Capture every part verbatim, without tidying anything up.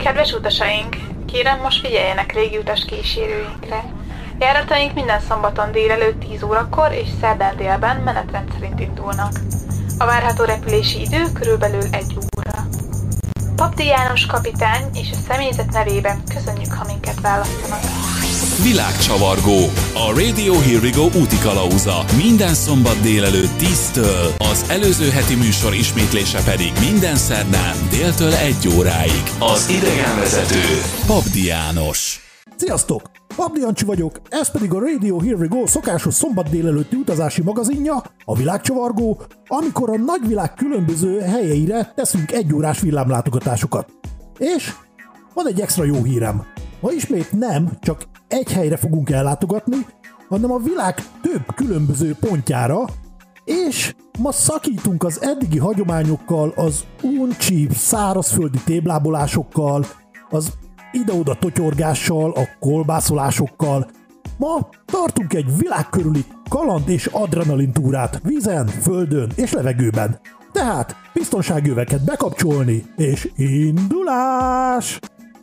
Kedves utasaink, kérem most figyeljenek légiutas kísérőinkre. Járataink minden szombaton délelőtt tíz órakor és szerdán délben menetrend szerint indulnak. A várható repülési idő körülbelül egy óra. Papdi János kapitány és a személyzet nevében köszönjük, ha minket választanak. Világcsavargó, a Radio Here We Go útikalauza. Minden szombat délelőtt tíztől, az előző heti műsor ismétlése pedig minden szerdán déltől egy óráig. Az idegenvezető Papdi János. Sziasztok! Papdi Jancsi vagyok, ez pedig a Radio Here We Go szokásos szombat délelőtti utazási magazinja, a Világcsavargó, amikor a nagyvilág különböző helyeire teszünk egyórás villámlátogatásokat. És van egy extra jó hírem. Ma ismét nem csak egy helyre fogunk ellátogatni, hanem a világ több különböző pontjára, és ma szakítunk az eddigi hagyományokkal, az uncsi szárazföldi téblábolásokkal, az ide-oda totyorgással, a kolbászolásokkal. Ma tartunk egy világkörüli kaland és adrenalintúrát vízen, földön és levegőben. Tehát biztonságöveket bekapcsolni, és indulás!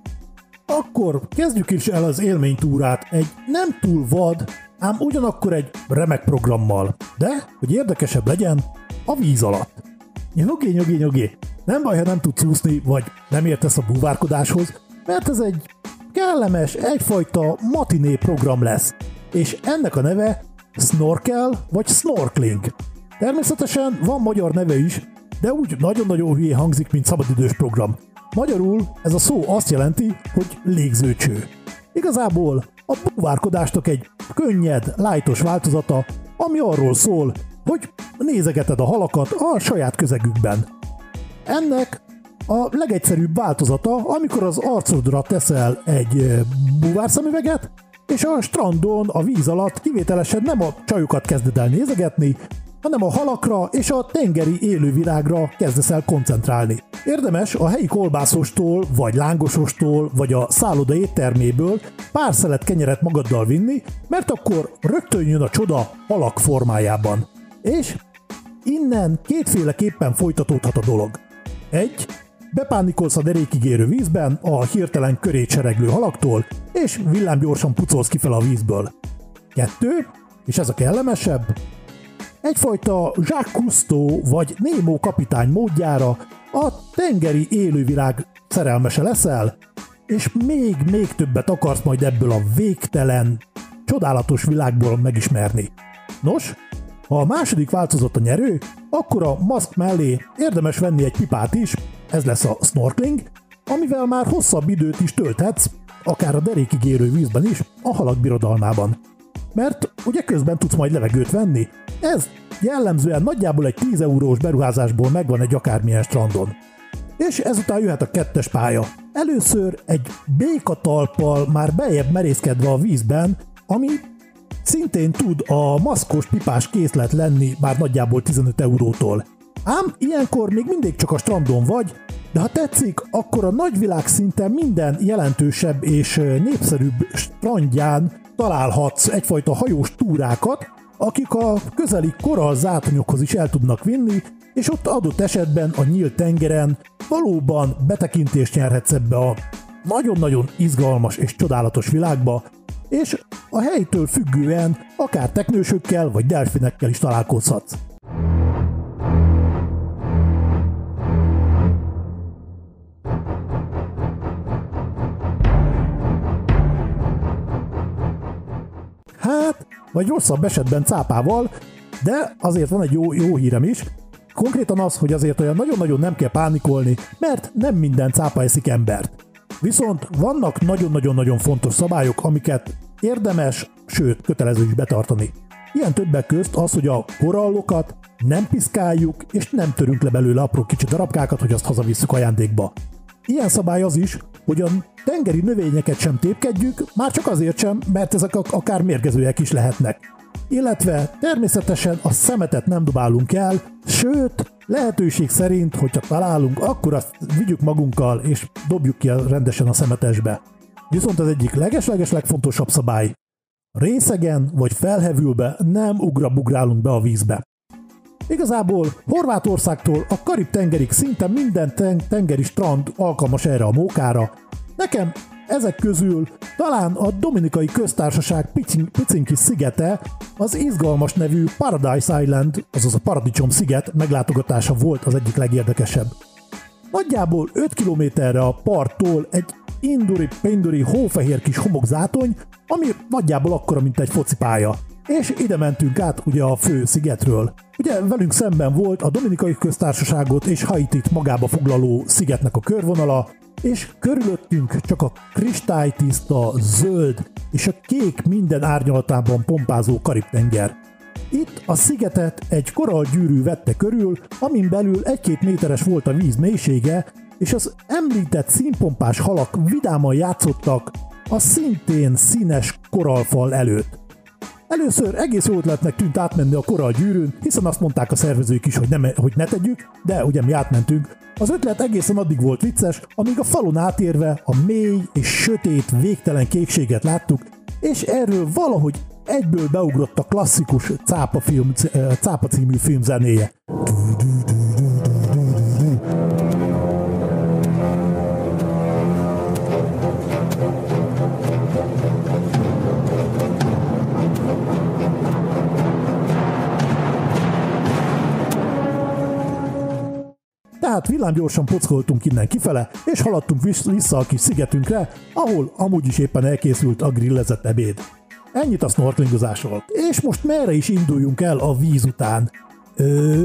Akkor kezdjük is el az élménytúrát egy nem túl vad, ám ugyanakkor egy remek programmal. De, hogy érdekesebb legyen, a víz alatt. Nyugi, nyugi, nyugi. Nem baj, ha nem tudsz úszni, vagy nem értesz a búvárkodáshoz, mert ez egy kellemes, egyfajta matiné program lesz. És ennek a neve snorkel vagy snorkeling. Természetesen van magyar neve is, de úgy nagyon-nagyon hülyén hangzik, mint szabadidős program. Magyarul ez a szó azt jelenti, hogy légzőcső. Igazából a búvárkodástok egy könnyed, lájtos változata, ami arról szól, hogy nézegeted a halakat a saját közegükben. Ennek a legegyszerűbb változata, amikor az arcodra teszel egy búvárszemüveget, és a strandon, a víz alatt kivételesen nem a csajokat kezded el nézegetni, hanem a halakra és a tengeri élővilágra kezdesz el koncentrálni. Érdemes a helyi kolbászostól, vagy lángosostól, vagy a szálloda étterméből pár szelet kenyeret magaddal vinni, mert akkor rögtön jön a csoda halak formájában. És innen kétféleképpen folytatódhat a dolog. Egy, bepánikolsz a derékig érő vízben a hirtelen körét sereglő halaktól, és villámgyorsan pucolsz kifele a vízből. Kettő, és ez a kellemesebb, egyfajta Jacques Cousteau vagy Nemo kapitány módjára a tengeri élővilág szerelmese leszel, és még-még többet akarsz majd ebből a végtelen, csodálatos világból megismerni. Nos, ha a második változat a nyerő, akkor a maszk mellé érdemes venni egy pipát is, ez lesz a snorkeling, amivel már hosszabb időt is tölthetsz, akár a derékig érő vízben is, a halak birodalmában. Mert ugye közben tudsz majd levegőt venni. Ez jellemzően nagyjából egy tíz eurós beruházásból megvan egy akármilyen strandon. És ezután jöhet a kettes pálya. Először egy békatalppal már beljebb merészkedve a vízben, ami szintén tud a maszkos pipás készlet lenni már nagyjából tizenöt eurótól. Ám ilyenkor még mindig csak a strandon vagy, de ha tetszik, akkor a nagyvilág szinten minden jelentősebb és népszerűbb strandján találhatsz egyfajta hajós túrákat, akik a közeli korallzátonyokhoz is el tudnak vinni, és ott adott esetben a nyílt tengeren valóban betekintést nyerhetsz ebbe a nagyon-nagyon izgalmas és csodálatos világba, és a helytől függően akár teknősökkel vagy delfinekkel is találkozhatsz. Hát, vagy rosszabb esetben cápával, de azért van egy jó, jó hírem is. Konkrétan az, hogy azért olyan nagyon-nagyon nem kell pánikolni, mert nem minden cápa eszik embert. Viszont vannak nagyon-nagyon-nagyon fontos szabályok, amiket érdemes, sőt kötelező is betartani. Ilyen többek közt az, hogy a korallokat nem piszkáljuk, és nem törünk le belőle apró kicsi darabkákat, hogy azt hazavisszük ajándékba. Ilyen szabály az is, hogy a tengeri növényeket sem tépkedjük, már csak azért sem, mert ezek akár mérgezőek is lehetnek. Illetve természetesen a szemetet nem dobálunk el, sőt, lehetőség szerint, hogyha találunk, akkor azt vigyük magunkkal, és dobjuk ki rendesen a szemetesbe. Viszont az egyik leges-leges legfontosabb szabály. Részegen vagy felhevülve nem ugrabugrálunk be a vízbe. Igazából Horvátországtól a Karib-tengerig szinte minden ten- tengeri strand alkalmas erre a mókára, Nekem ezek közül talán a Dominikai Köztársaság picin, picinki szigete, az izgalmas nevű Paradise Island, azaz a Paradicsom sziget meglátogatása volt az egyik legérdekesebb. Nagyjából öt kilométerre a parttól egy induri-pinduri hófehér kis homokzátony, ami nagyjából akkora, mint egy focipálya. És ide mentünk át ugye a fő szigetről. Ugye velünk szemben volt a Dominikai Köztársaságot és Haitit magába foglaló szigetnek a körvonala, és körülöttünk csak a kristálytiszta, zöld és a kék minden árnyalatában pompázó Karib-tenger. Itt a szigetet egy korallgyűrű vette körül, amin belül egy-két méteres volt a víz mélysége, és az említett színpompás halak vidáman játszottak a szintén színes korallfal előtt. Először egész jó ötletnek tűnt átmenni a korallgyűrűn, hiszen azt mondták a szervezők is, hogy, nem, hogy ne tegyük, de ugye mi átmentünk. Az ötlet egészen addig volt vicces, amíg a falon átérve a mély és sötét, végtelen kékséget láttuk, és erről valahogy egyből beugrott a klasszikus Cápa, film, Cápa című film zenéje. Tehát villámgyorsan pockoltunk innen kifele, és haladtunk vissza a kis szigetünkre, ahol amúgy is éppen elkészült a grillezett ebéd. Ennyit a snorklingozásról. És most merre is induljunk el a víz után? Ö,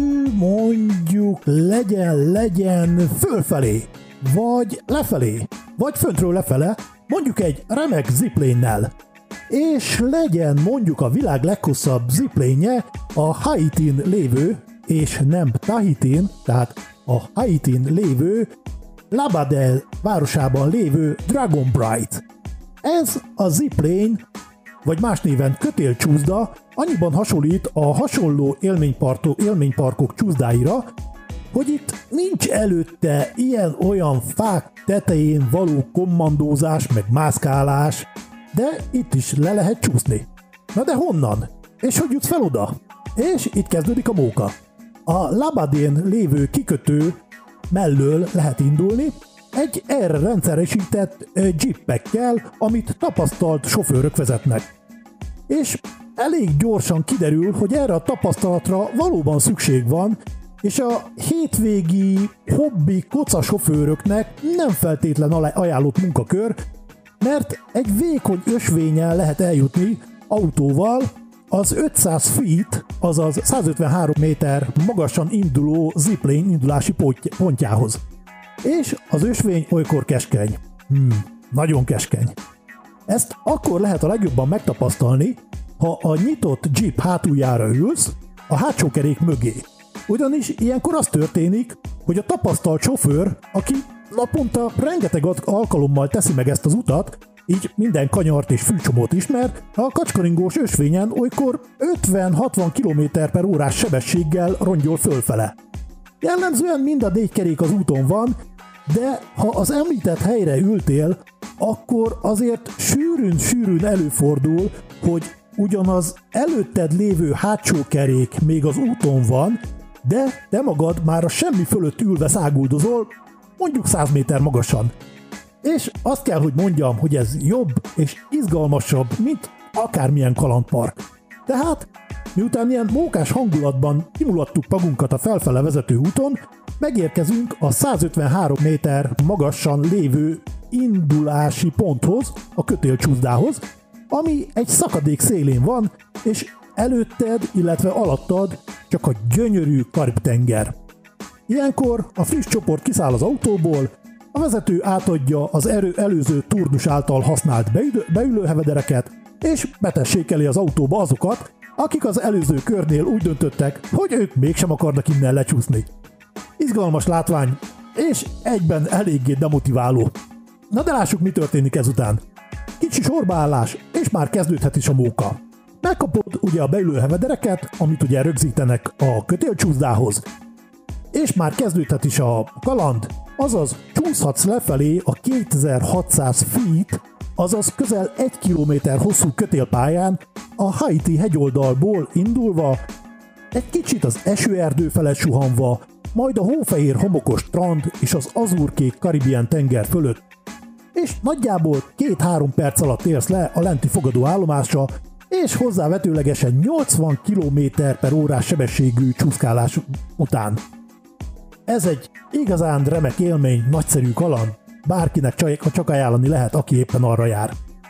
mondjuk legyen, legyen fölfelé, vagy lefelé, vagy föntről lefele, mondjuk egy remek ziplane-nel. És legyen mondjuk a világ leghosszabb ziplane-je a Haitin lévő, és nem Tahitin, tehát a Haitin lévő, Labadelle városában lévő Dragon Bright. Ez a ziplane, vagy más néven kötélcsúszda, annyiban hasonlít a hasonló élményparkok csúszdáira, hogy itt nincs előtte ilyen-olyan fák tetején való kommandózás meg mászkálás, de itt is le lehet csúszni. Na de honnan? És hogy jutsz fel oda? És itt kezdődik a móka. A Labadén lévő kikötő mellől lehet indulni, egy erre rendszeresített jeepekkel, amit tapasztalt sofőrök vezetnek. És elég gyorsan kiderül, hogy erre a tapasztalatra valóban szükség van, és a hétvégi hobbi kocasofőröknek nem feltétlen ajánlott munkakör, mert egy vékony ösvényen lehet eljutni autóval az ötszáz feet, azaz százötvenhárom méter magasan induló ziplane indulási pontjához. És az ösvény olykor keskeny. Hmm, nagyon keskeny. Ezt akkor lehet a legjobban megtapasztalni, ha a nyitott jeep hátuljára ülsz, a hátsó kerék mögé. Ugyanis ilyenkor az történik, hogy a tapasztalt sofőr, aki naponta rengeteg alkalommal teszi meg ezt az utat, így minden kanyart és fűcsomót ismer, a kacskaringós ösvényen olykor ötven-hatvan kilométer per órás sebességgel rongyol fölfele. Jellemzően mind a négy kerék az úton van, de ha az említett helyre ültél, akkor azért sűrűn-sűrűn előfordul, hogy ugyanaz előtted lévő hátsó kerék még az úton van, de te magad már a semmi fölött ülve száguldozol, mondjuk száz méter magasan. És azt kell, hogy mondjam, hogy ez jobb és izgalmasabb, mint akármilyen kalandpark. Tehát, miután ilyen mókás hangulatban kimulattuk magunkat a felfele vezető úton, megérkezünk a százötvenhárom méter magasan lévő indulási ponthoz, a kötélcsúszdához, ami egy szakadék szélén van, és előtted, illetve alattad csak a gyönyörű Karib-tenger. Ilyenkor a friss csoport kiszáll az autóból, a vezető átadja az erő előző turnus által használt beülő, beülőhevedereket, és betessékeli az autóba azokat, akik az előző körnél úgy döntöttek, hogy ők mégsem akarnak innen lecsúszni. Izgalmas látvány, és egyben eléggé demotiváló. Na de lássuk, mi történik ezután. Kicsi sorbaállás, és már kezdődhet is a móka. Megkapod ugye a beülőhevedereket, amit ugye rögzítenek a kötélcsúszdához, és már kezdődhet is a kaland, azaz csúszhatsz lefelé a kétezer-hatszáz feet, azaz közel egy kilométer hosszú kötélpályán a Haiti hegyoldalból indulva, egy kicsit az esőerdő felett suhanva, majd a hófehér homokos strand és az azurkék Karibien tenger fölött, és nagyjából két-három perc alatt érsz le a lenti fogadóállomásra, és hozzávetőlegesen nyolcvan kilométer per órás sebességű csúszkálás után. Ez egy igazán remek élmény, nagyszerű kaland, bárkinek csak ajánlani lehet, aki éppen arra jár.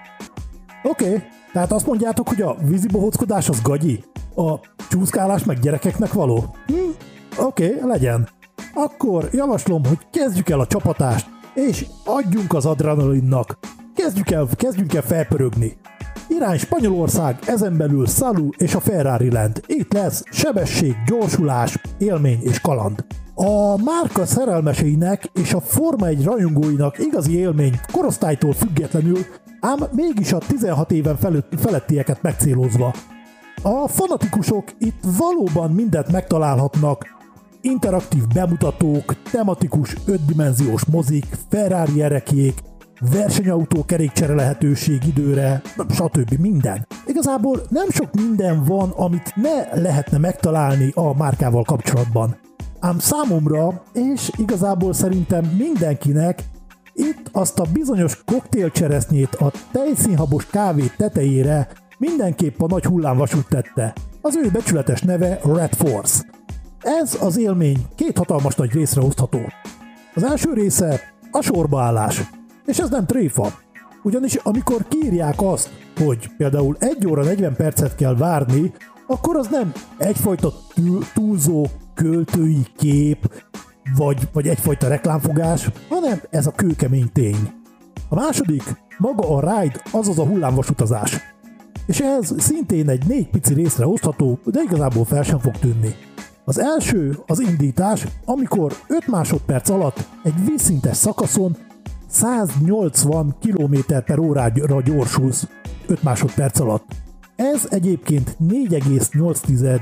Oké, okay, tehát azt mondjátok, hogy a vízibohóckodás az gagyi? A csúszkálás meg gyerekeknek való? Hm, Oké, okay, legyen. Akkor javaslom, hogy kezdjük el a csapatást, és adjunk az adrenalinnak. Kezdjük el, kezdjünk el felpörögni. Irány Spanyolország, ezen belül Salu és a Ferrari Land. Itt lesz sebesség, gyorsulás, élmény és kaland. A márka szerelmeseinek és a Forma egy rajongóinak igazi élmény korosztálytól függetlenül, ám mégis a tizenhat éven felett, felettieket megcélozva. A fanatikusok itt valóban mindent megtalálhatnak, interaktív bemutatók, tematikus ötdimenziós mozik, Ferrari erekjék, versenyautó kerékcsere lehetőség időre, stb. Minden. Igazából nem sok minden van, amit ne lehetne megtalálni a márkával kapcsolatban. Ám számomra, és igazából szerintem mindenkinek, itt azt a bizonyos koktélcseresznyét a tejszínhabos kávé tetejére mindenképp a nagy hullámvasút tette. Az ő becsületes neve Red Force. Ez az élmény két hatalmas nagy részre osztható. Az első része a sorbaállás. És ez nem tréfa. Ugyanis amikor kiírják azt, hogy például egy óra negyven percet kell várni, akkor az nem egyfajta túlzó költői kép, vagy, vagy egyfajta reklámfogás, hanem ez a kőkemény tény. A második, maga a ride, azaz a hullámvasutazás. És ez szintén egy négy pici részre osztható, de igazából fel sem fog tűnni. Az első az indítás, amikor öt másodperc alatt egy vízszintes szakaszon száznyolcvan kilométer per órára gyorsulsz öt másodperc alatt. Ez egyébként négy egész nyolc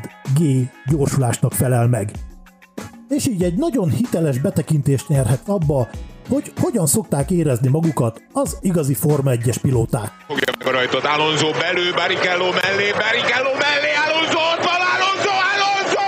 G gyorsulásnak felel meg. És így egy nagyon hiteles betekintést nyerhet abba, hogy hogyan szokták érezni magukat az igazi Forma egyes pilóták. Fogja meg a rajtot, Alonso belül, Barrichello mellé, Barrichello mellé, Alonso ott van, Alonso, Alonso!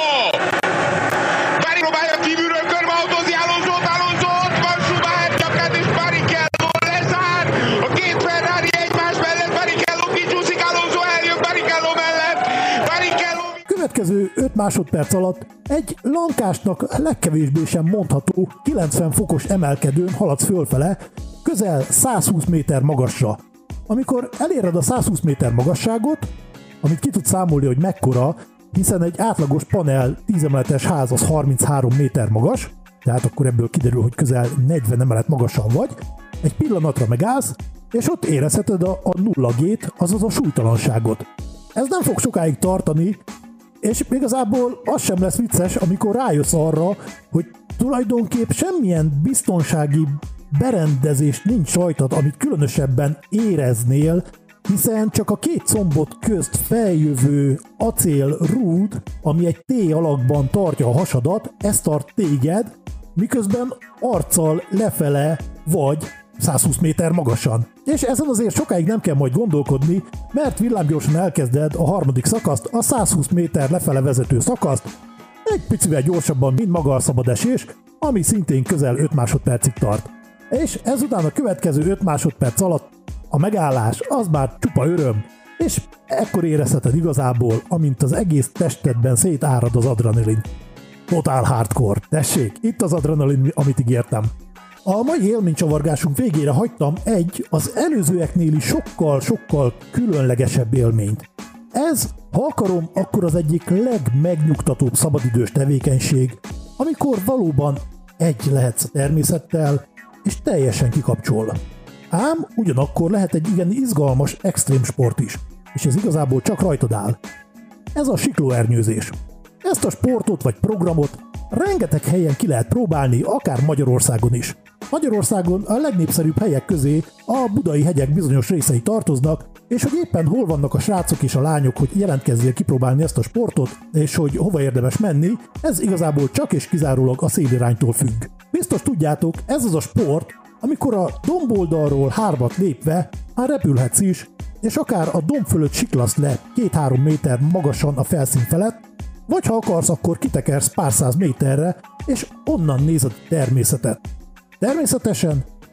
Barry próbálja kívülről körbeautózni Alonsót, Alonso ott van, Schumacher nyakát és Barrichello lezár, a két Ferrari egymás mellett, Barrichello kicsúszik, Alonso eljön Barrichello mellett, Barrichello... Következő öt másodperc alatt egy lankásnak legkevésbé sem mondható kilencven fokos emelkedőn haladsz fölfele, közel százhúsz méter magasra. Amikor eléred a százhúsz méter magasságot, amit ki tudsz számolni, hogy mekkora, hiszen egy átlagos panel tíz emeletes ház az harminchárom méter magas, tehát akkor ebből kiderül, hogy közel negyven emelet magasan vagy, egy pillanatra megállsz, és ott érezheted a, a nulla gét, azaz a súlytalanságot. Ez nem fog sokáig tartani, és igazából az sem lesz vicces, amikor rájössz arra, hogy tulajdonképp semmilyen biztonsági berendezés nincs rajtad, amit különösebben éreznél, hiszen csak a két combot közt feljövő acél rúd, ami egy T alakban tartja a hasadat, ez tart téged, miközben arccal lefele vagy százhúsz méter magasan. És ezen azért sokáig nem kell majd gondolkodni, mert villámgyorsan elkezded a harmadik szakaszt, a százhúsz méter lefele vezető szakaszt, egy picivel gyorsabban, mint maga a szabadesés, ami szintén közel öt másodpercig tart. És ezután a következő öt másodperc alatt a megállás az már csupa öröm, és ekkor érezheted igazából, amint az egész testedben szétárad az adrenalin. Totál hardcore, tessék, itt az adrenalin, amit ígértem. A mai élménycsavargásunk végére hagytam egy az előzőeknél is sokkal-sokkal különlegesebb élményt. Ez, ha akarom, akkor az egyik legmegnyugtatóbb szabadidős tevékenység, amikor valóban egy lehetsz a természettel, és teljesen kikapcsol. Ám ugyanakkor lehet egy igen izgalmas extrém sport is, és ez igazából csak rajtad áll. Ez a siklóernyőzés. Ezt a sportot vagy programot rengeteg helyen ki lehet próbálni, akár Magyarországon is. Magyarországon a legnépszerűbb helyek közé a budai hegyek bizonyos részei tartoznak, és hogy éppen hol vannak a srácok és a lányok, hogy jelentkezzél kipróbálni ezt a sportot, és hogy hova érdemes menni, ez igazából csak és kizárólag a széliránytól függ. Biztos tudjátok, ez az a sport, amikor a domboldalról hármat lépve már repülhetsz is, és akár a domb fölött siklasz le két-három méter magasan a felszín felett, vagy ha akarsz, akkor kitekersz pár száz méterre, és onnan nézed a természetet. Természetesen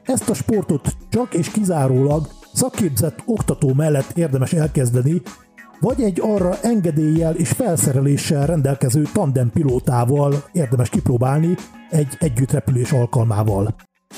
ezt a sportot csak és kizárólag szakképzett oktató mellett érdemes elkezdeni, vagy egy arra engedéllyel és felszereléssel rendelkező tandem pilótával érdemes kipróbálni egy együttrepülés alkalmával.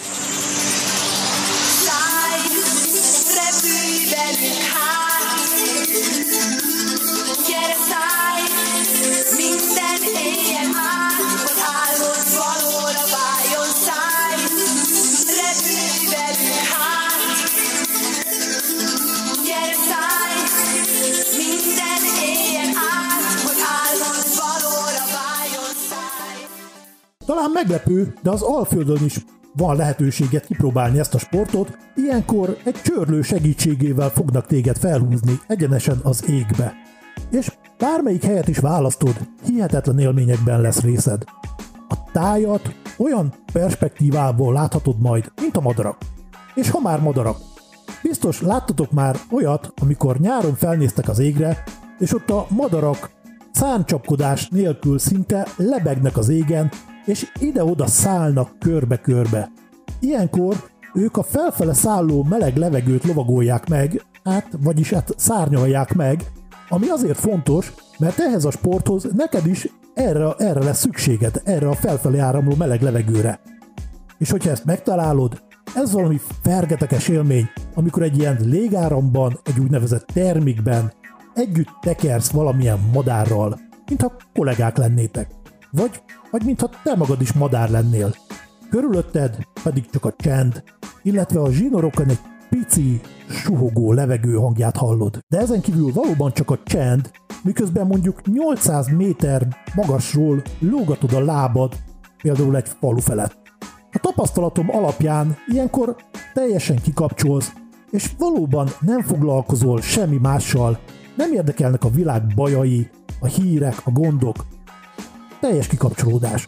Talán meglepő, de az Alföldön is van lehetőséget kipróbálni ezt a sportot, ilyenkor egy csörlő segítségével fognak téged felhúzni egyenesen az égbe. És bármelyik helyet is választod, hihetetlen élményekben lesz részed. A tájat olyan perspektívából láthatod majd, mint a madarak. És ha már madarak, biztos láttatok már olyat, amikor nyáron felnéztek az égre, és ott a madarak szárnycsapkodás nélkül szinte lebegnek az égen, és ide-oda szállnak körbe-körbe. Ilyenkor ők a felfele szálló meleg levegőt lovagolják meg, hát, vagyis hát szárnyalják meg, ami azért fontos, mert ehhez a sporthoz neked is erre, erre lesz szükséged, erre a felfelé áramló meleg levegőre. És hogyha ezt megtalálod, ez valami fergeteges élmény, amikor egy ilyen légáramban, egy úgynevezett termikben együtt tekersz valamilyen madárral, mintha kollégák lennétek. Vagy, vagy mintha te magad is madár lennél. Körülötted pedig csak a csend, illetve a zsinorokon egy pici, suhogó levegő hangját hallod. De ezen kívül valóban csak a csend, miközben mondjuk nyolcszáz méter magasról lógatod a lábad, például egy falu felett. A tapasztalatom alapján ilyenkor teljesen kikapcsolsz, és valóban nem foglalkozol semmi mással, nem érdekelnek a világ bajai, a hírek, a gondok. Teljes kikapcsolódás.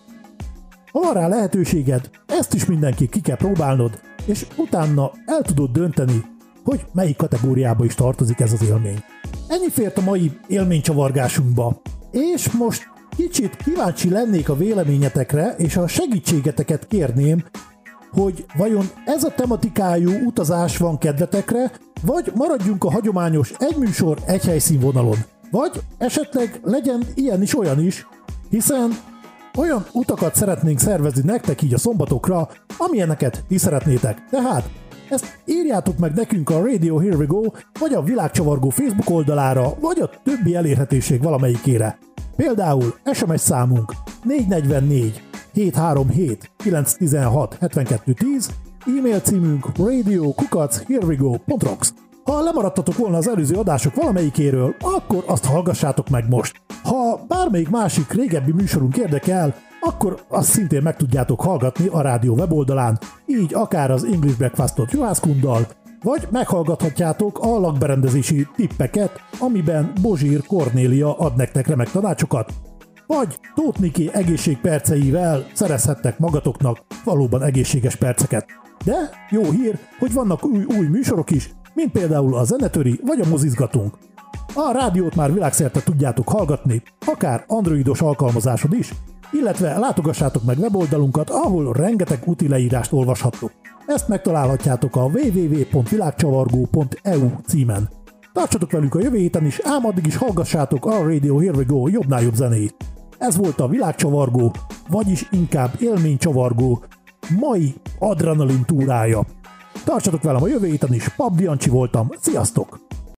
Ha van rá lehetőséged, ezt is mindenki ki kell próbálnod, és utána el tudod dönteni, hogy melyik kategóriába is tartozik ez az élmény. Ennyi fért a mai élménycsavargásunkba, és most kicsit kíváncsi lennék a véleményetekre, és a segítségeteket kérném, hogy vajon ez a tematikájú utazás van kedvetekre, vagy maradjunk a hagyományos egy műsor, egy helyszínvonalon, vagy esetleg legyen ilyen is olyan is, hiszen olyan utakat szeretnénk szervezni nektek így a szombatokra, amilyeneket ti szeretnétek. Tehát ezt írjátok meg nekünk a Radio Here We Go, vagy a Világcsavargó Facebook oldalára, vagy a többi elérhetőség valamelyikére. Például es em es számunk négy négy négy hét három hét kilenc egy hat hetven kettő tíz, e-mail címünk radio kukac herewego pont rocks. Ha lemaradtatok volna az előző adások valamelyikéről, akkor azt hallgassátok meg most. Ha bármelyik másik régebbi műsorunk érdekel, akkor azt szintén meg tudjátok hallgatni a rádió weboldalán, így akár az English Breakfastot Juhász Kundal, vagy meghallgathatjátok a lakberendezési tippeket, amiben Bozsír Kornélia ad nektek remek tanácsokat, vagy Tóth Miki egészségperceivel szerezhettek magatoknak valóban egészséges perceket. De jó hír, hogy vannak új, új műsorok is, mint például a Zenetöri vagy a Mozizgatunk. A rádiót már világszerte tudjátok hallgatni, akár androidos alkalmazásod is, illetve látogassátok meg weboldalunkat, ahol rengeteg úti leírást olvashattok. Ezt megtalálhatjátok a double-u double-u double-u pont világcsavargó pont e u címen. Tartsatok velünk a jövő héten is, ám addig is hallgassátok a Radio Here We Go jobbnál jobb zenéit. Ez volt a Világcsavargó, vagyis inkább élménycsavargó, mai adrenalin túrája. Tartsatok velem a jövő héten is, Pap Diancsi voltam, sziasztok!